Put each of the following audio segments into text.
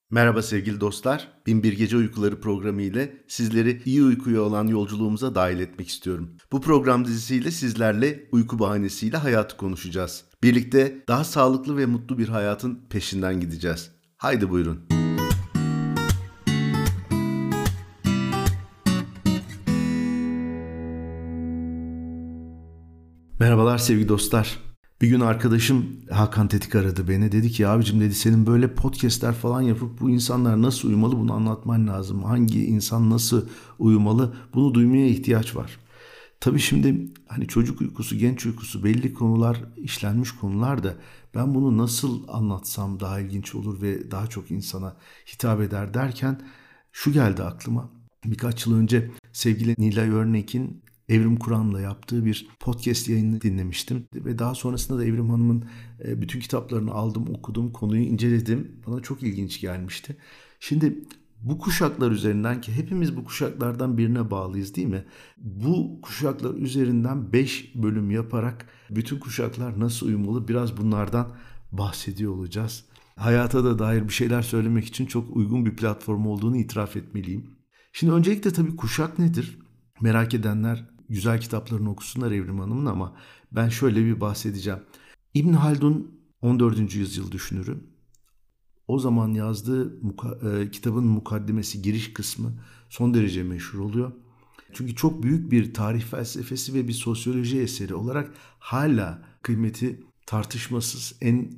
Merhaba sevgili dostlar. Binbir Gece Uykuları programı ile sizleri iyi uykuya olan yolculuğumuza dahil etmek istiyorum. Bu program dizisiyle sizlerle uyku bahanesiyle hayatı konuşacağız. Birlikte daha sağlıklı ve mutlu bir hayatın peşinden gideceğiz. Haydi buyurun. Merhabalar sevgili dostlar. Bir gün arkadaşım Hakan Tetik aradı beni. Dedi ki abicim dedi senin böyle podcastler falan yapıp bu insanlar nasıl uyumalı bunu anlatman lazım. Hangi insan nasıl uyumalı bunu duymaya ihtiyaç var. Tabii şimdi hani çocuk uykusu, genç uykusu belli konular işlenmiş konular da ben bunu nasıl anlatsam daha ilginç olur ve daha çok insana hitap eder derken şu geldi aklıma. Birkaç yıl önce sevgili Nilay Örnek'in Evrim Kur'an'la yaptığı bir podcast yayını dinlemiştim. Ve daha sonrasında da Evrim Hanım'ın bütün kitaplarını aldım, okudum, konuyu inceledim. Bana çok ilginç gelmişti. Şimdi bu kuşaklar üzerinden ki hepimiz bu kuşaklardan birine bağlıyız değil mi? Bu kuşaklar üzerinden 5 bölüm yaparak bütün kuşaklar nasıl uyumalı biraz bunlardan bahsediyor olacağız. Hayata da dair bir şeyler söylemek için çok uygun bir platform olduğunu itiraf etmeliyim. Şimdi öncelikle tabii kuşak nedir? Merak edenler güzel kitaplarını okusunlar Evrim Hanım'ın ama ben şöyle bir bahsedeceğim. İbn Haldun 14. yüzyıl düşünürü. O zaman yazdığı kitabın mukaddimesi, giriş kısmı son derece meşhur oluyor. Çünkü çok büyük bir tarih felsefesi ve bir sosyoloji eseri olarak hala kıymeti tartışmasız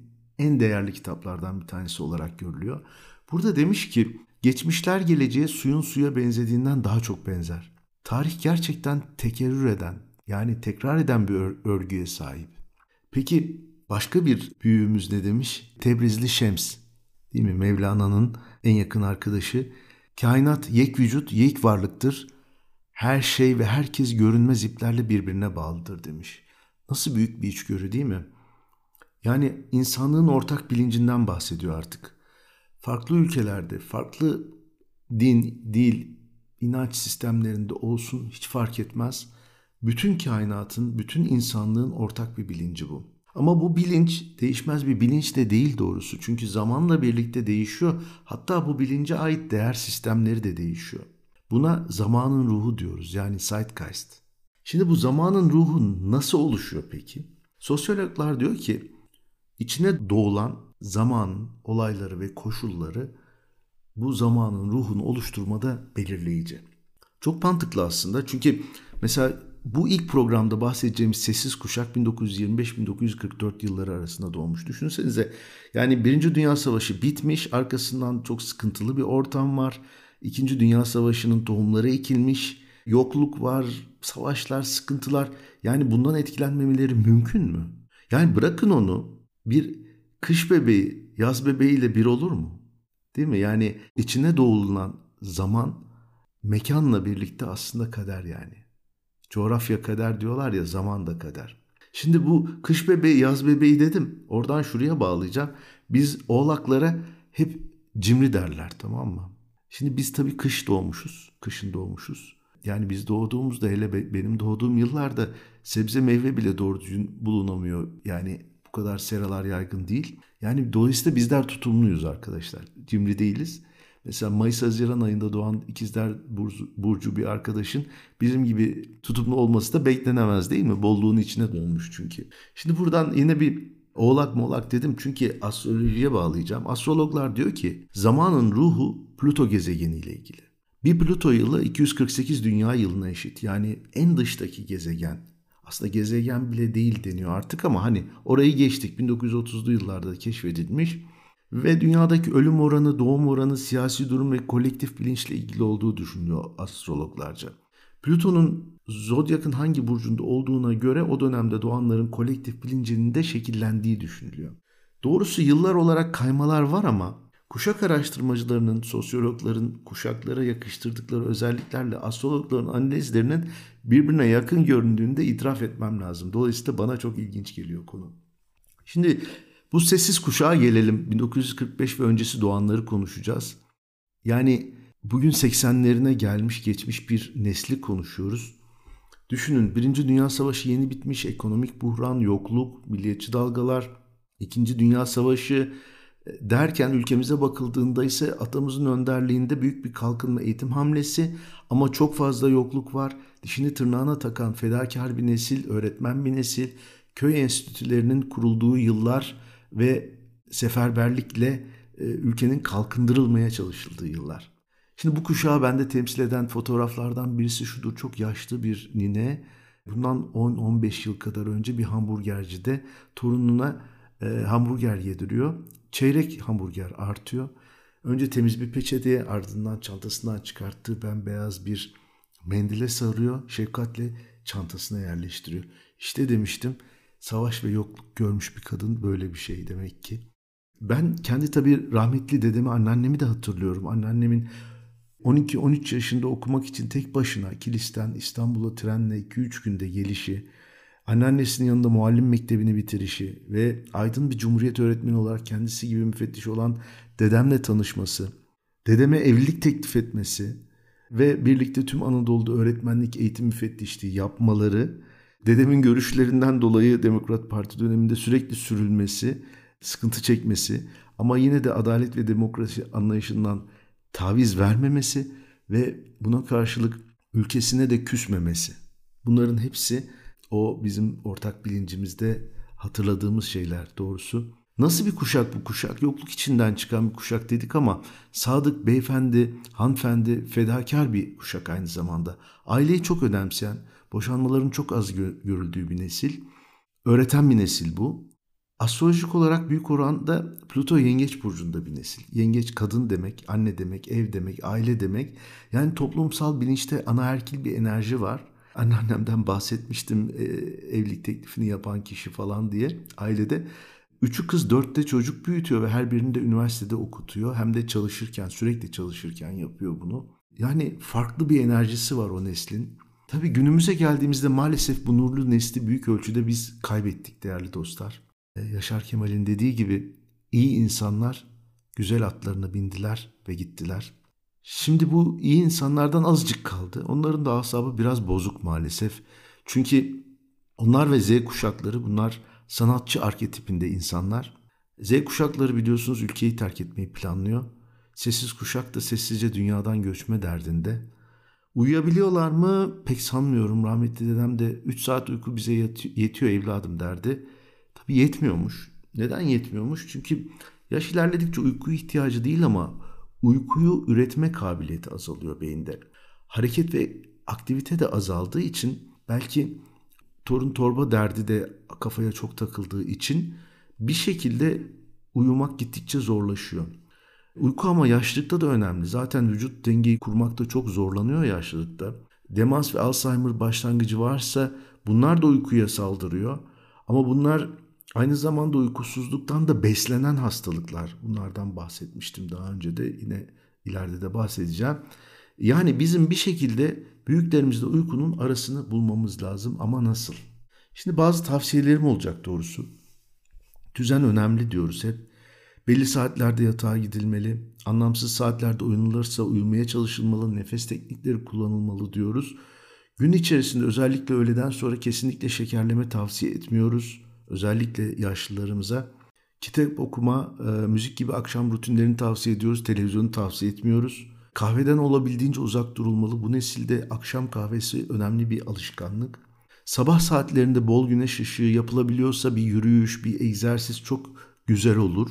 en değerli kitaplardan bir tanesi olarak görülüyor. Burada demiş ki geçmişler geleceğe suyun suya benzediğinden daha çok benzer. Tarih gerçekten tekerrür eden yani tekrar eden bir örgüye sahip. Peki başka bir büyüğümüz ne demiş? Tebrizli Şems değil mi? Mevlana'nın en yakın arkadaşı. Kainat yek vücut, yek varlıktır. Her şey ve herkes görünmez iplerle birbirine bağlıdır demiş. Nasıl büyük bir içgörü değil mi? Yani insanlığın ortak bilincinden bahsediyor artık. Farklı ülkelerde, farklı din, dil, inanç sistemlerinde olsun hiç fark etmez. Bütün kainatın, bütün insanlığın ortak bir bilinci bu. Ama bu bilinç değişmez bir bilinç de değil doğrusu. Çünkü zamanla birlikte değişiyor. Hatta bu bilince ait değer sistemleri de değişiyor. Buna zamanın ruhu diyoruz yani Zeitgeist. Şimdi bu zamanın ruhu nasıl oluşuyor peki? Sosyologlar diyor ki içine doğulan zamanın olayları ve koşulları bu zamanın ruhunu oluşturmada belirleyici. Çok mantıklı aslında çünkü mesela bu ilk programda bahsedeceğimiz sessiz kuşak 1925-1944 yılları arasında doğmuş. Düşünsenize yani Birinci Dünya Savaşı bitmiş, arkasından çok sıkıntılı bir ortam var. İkinci Dünya Savaşı'nın tohumları ekilmiş, yokluk var, savaşlar, sıkıntılar. Yani bundan etkilenmemeleri mümkün mü? Yani bırakın onu bir kış bebeği, yaz bebeğiyle bir olur mu? Değil mi? Yani içine doğulan zaman mekanla birlikte aslında kader yani. Coğrafya kader diyorlar ya zaman da kader. Şimdi bu kış bebeği yaz bebeği dedim. Oradan şuraya bağlayacağım. Biz oğlaklara hep cimri derler tamam mı? Şimdi biz tabii kış doğmuşuz. Kışın doğmuşuz. Yani biz doğduğumuzda hele benim doğduğum yıllarda sebze meyve bile doğru düzgün bulunamıyor. Yani bu kadar seralar yaygın değil. Yani dolayısıyla bizler tutumluyuz arkadaşlar. Cimri değiliz. Mesela Mayıs-Haziran ayında doğan ikizler burcu bir arkadaşın bizim gibi tutumlu olması da beklenemez değil mi? Bolluğun içine doğmuş çünkü. Şimdi buradan yine bir oğlak moğlak dedim çünkü astrolojiye bağlayacağım. Astrologlar diyor ki zamanın ruhu Plüto gezegeniyle ilgili. Bir Plüto yılı 248 dünya yılına eşit. Yani en dıştaki gezegen. Aslında gezegen bile değil deniyor artık ama hani orayı geçtik. 1930'lu yıllarda keşfedilmiş. Ve dünyadaki ölüm oranı, doğum oranı, siyasi durum ve kolektif bilinçle ilgili olduğu düşünülüyor astrologlarca. Plüton'un zodyakın hangi burcunda olduğuna göre o dönemde doğanların kolektif bilincinin de şekillendiği düşünülüyor. Doğrusu yıllar olarak kaymalar var ama kuşak araştırmacılarının, sosyologların kuşaklara yakıştırdıkları özelliklerle astrologların analizlerinin birbirine yakın göründüğünü de itiraf etmem lazım. Dolayısıyla bana çok ilginç geliyor konu. Şimdi bu sessiz kuşağa gelelim. 1945 ve öncesi doğanları konuşacağız. Yani bugün 80'lerine gelmiş geçmiş bir nesli konuşuyoruz. Düşünün Birinci Dünya Savaşı yeni bitmiş, ekonomik buhran, yokluk, milliyetçi dalgalar, İkinci Dünya Savaşı, Derken ülkemize bakıldığında ise atamızın önderliğinde büyük bir kalkınma, eğitim hamlesi ama çok fazla yokluk var. Dişini tırnağına takan fedakar bir nesil, öğretmen bir nesil, köy enstitülerinin kurulduğu yıllar ve seferberlikle ülkenin kalkındırılmaya çalışıldığı yıllar. Şimdi bu kuşağı bende temsil eden fotoğraflardan birisi şudur. Çok yaşlı bir nine bundan 10-15 yıl kadar önce bir hamburgercide torununa hamburger yediriyor. Çeyrek hamburger artıyor. Önce temiz bir peçeteye, ardından çantasından çıkarttığı bembeyaz bir mendile sarıyor. Şefkatle çantasına yerleştiriyor. İşte demiştim, savaş ve yokluk görmüş bir kadın böyle bir şey demek ki. Ben kendi tabii rahmetli dedemi, anneannemi de hatırlıyorum. Anneannemin 12-13 yaşında okumak için tek başına Kilis'ten İstanbul'a trenle 2-3 günde gelişi, anneannesinin yanında muallim mektebini bitirişi ve aydın bir cumhuriyet öğretmeni olarak kendisi gibi müfettiş olan dedemle tanışması, dedeme evlilik teklif etmesi ve birlikte tüm Anadolu'da öğretmenlik, eğitim müfettişliği yapmaları, dedemin görüşlerinden dolayı Demokrat Parti döneminde sürekli sürülmesi, sıkıntı çekmesi ama yine de adalet ve demokrasi anlayışından taviz vermemesi ve buna karşılık ülkesine de küsmemesi. Bunların hepsi o bizim ortak bilincimizde hatırladığımız şeyler doğrusu. Nasıl bir kuşak bu kuşak? Yokluk içinden çıkan bir kuşak dedik ama sadık, beyefendi, hanımefendi, fedakar bir kuşak aynı zamanda. Aileyi çok önemseyen, boşanmaların çok az görüldüğü bir nesil. Öğreten bir nesil bu. Astrolojik olarak büyük oranda Plüto Yengeç burcunda bir nesil. Yengeç kadın demek, anne demek, ev demek, aile demek. Yani toplumsal bilinçte anaerkil bir enerji var. Anneannemden bahsetmiştim, evlilik teklifini yapan kişi falan diye ailede. 3'ü kız 4'te çocuk büyütüyor ve her birini de üniversitede okutuyor. Hem de çalışırken, sürekli çalışırken yapıyor bunu. Yani farklı bir enerjisi var o neslin. Tabii günümüze geldiğimizde maalesef bu nurlu nesli büyük ölçüde biz kaybettik değerli dostlar. Yaşar Kemal'in dediği gibi iyi insanlar güzel atlarına bindiler ve gittiler. Şimdi bu iyi insanlardan azıcık kaldı. Onların da asabı biraz bozuk maalesef. Çünkü onlar ve Z kuşakları, bunlar sanatçı arketipinde insanlar. Z kuşakları biliyorsunuz ülkeyi terk etmeyi planlıyor. Sessiz kuşak da sessizce dünyadan göçme derdinde. Uyuyabiliyorlar mı? Pek sanmıyorum. Rahmetli dedem de 3 saat uyku bize yetiyor evladım derdi. Tabii yetmiyormuş. Neden yetmiyormuş? Çünkü yaş ilerledikçe uyku ihtiyacı değil ama uykuyu üretme kabiliyeti azalıyor beyinde. Hareket ve aktivite de azaldığı için belki torun torba derdi de kafaya çok takıldığı için bir şekilde uyumak gittikçe zorlaşıyor. Uyku ama yaşlılıkta da önemli. Zaten vücut dengeyi kurmakta çok zorlanıyor yaşlılıkta. Demans ve Alzheimer başlangıcı varsa bunlar da uykuya saldırıyor. Ama bunlar aynı zamanda uykusuzluktan da beslenen hastalıklar. Bunlardan bahsetmiştim daha önce de, yine ileride de bahsedeceğim. Yani bizim bir şekilde büyüklerimizle uykunun arasını bulmamız lazım ama nasıl? Şimdi bazı tavsiyelerim olacak doğrusu. Düzen önemli diyoruz hep. Belli saatlerde yatağa gidilmeli, anlamsız saatlerde uyunulursa uyumaya çalışılmalı, nefes teknikleri kullanılmalı diyoruz. Gün içerisinde özellikle öğleden sonra kesinlikle şekerleme tavsiye etmiyoruz. Özellikle yaşlılarımıza. Kitap okuma, müzik gibi akşam rutinlerini tavsiye ediyoruz, televizyonu tavsiye etmiyoruz. Kahveden olabildiğince uzak durulmalı. Bu nesilde akşam kahvesi önemli bir alışkanlık. Sabah saatlerinde bol güneş ışığı yapılabiliyorsa bir yürüyüş, bir egzersiz çok güzel olur.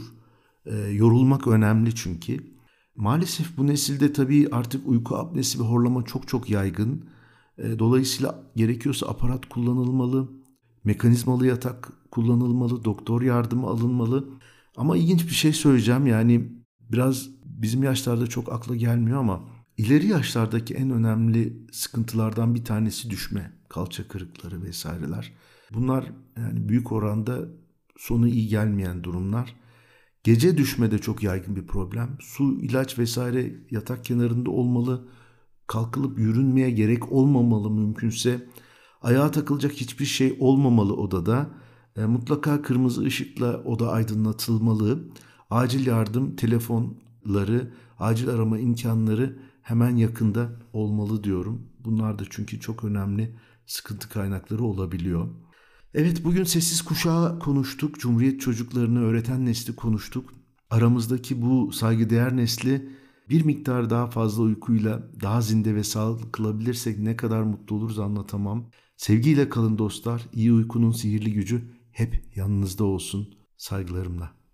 Yorulmak önemli çünkü. Maalesef bu nesilde tabii artık uyku apnesi ve horlama çok çok yaygın. Dolayısıyla gerekiyorsa aparat kullanılmalı, mekanizmalı yatak kullanılmalı, doktor yardımı alınmalı. Ama ilginç bir şey söyleyeceğim, yani biraz bizim yaşlarda çok akla gelmiyor ama ileri yaşlardaki en önemli sıkıntılardan bir tanesi düşme, kalça kırıkları vesaireler. Bunlar yani büyük oranda sonu iyi gelmeyen durumlar. Gece düşme de çok yaygın bir problem. Su, ilaç vesaire yatak kenarında olmalı. Kalkılıp yürünmeye gerek olmamalı mümkünse. Ayağa takılacak hiçbir şey olmamalı odada. Mutlaka kırmızı ışıkla oda aydınlatılmalı. Acil yardım telefonları, acil arama imkanları hemen yakında olmalı diyorum. Bunlar da çünkü çok önemli sıkıntı kaynakları olabiliyor. Evet, bugün sessiz kuşağı konuştuk. Cumhuriyet çocuklarını öğreten nesli konuştuk. Aramızdaki bu saygıdeğer nesli bir miktar daha fazla uykuyla daha zinde ve sağlıklı kılabilirsek ne kadar mutlu oluruz anlatamam. Sevgiyle kalın dostlar. İyi uykunun sihirli gücü hep yanınızda olsun. Saygılarımla.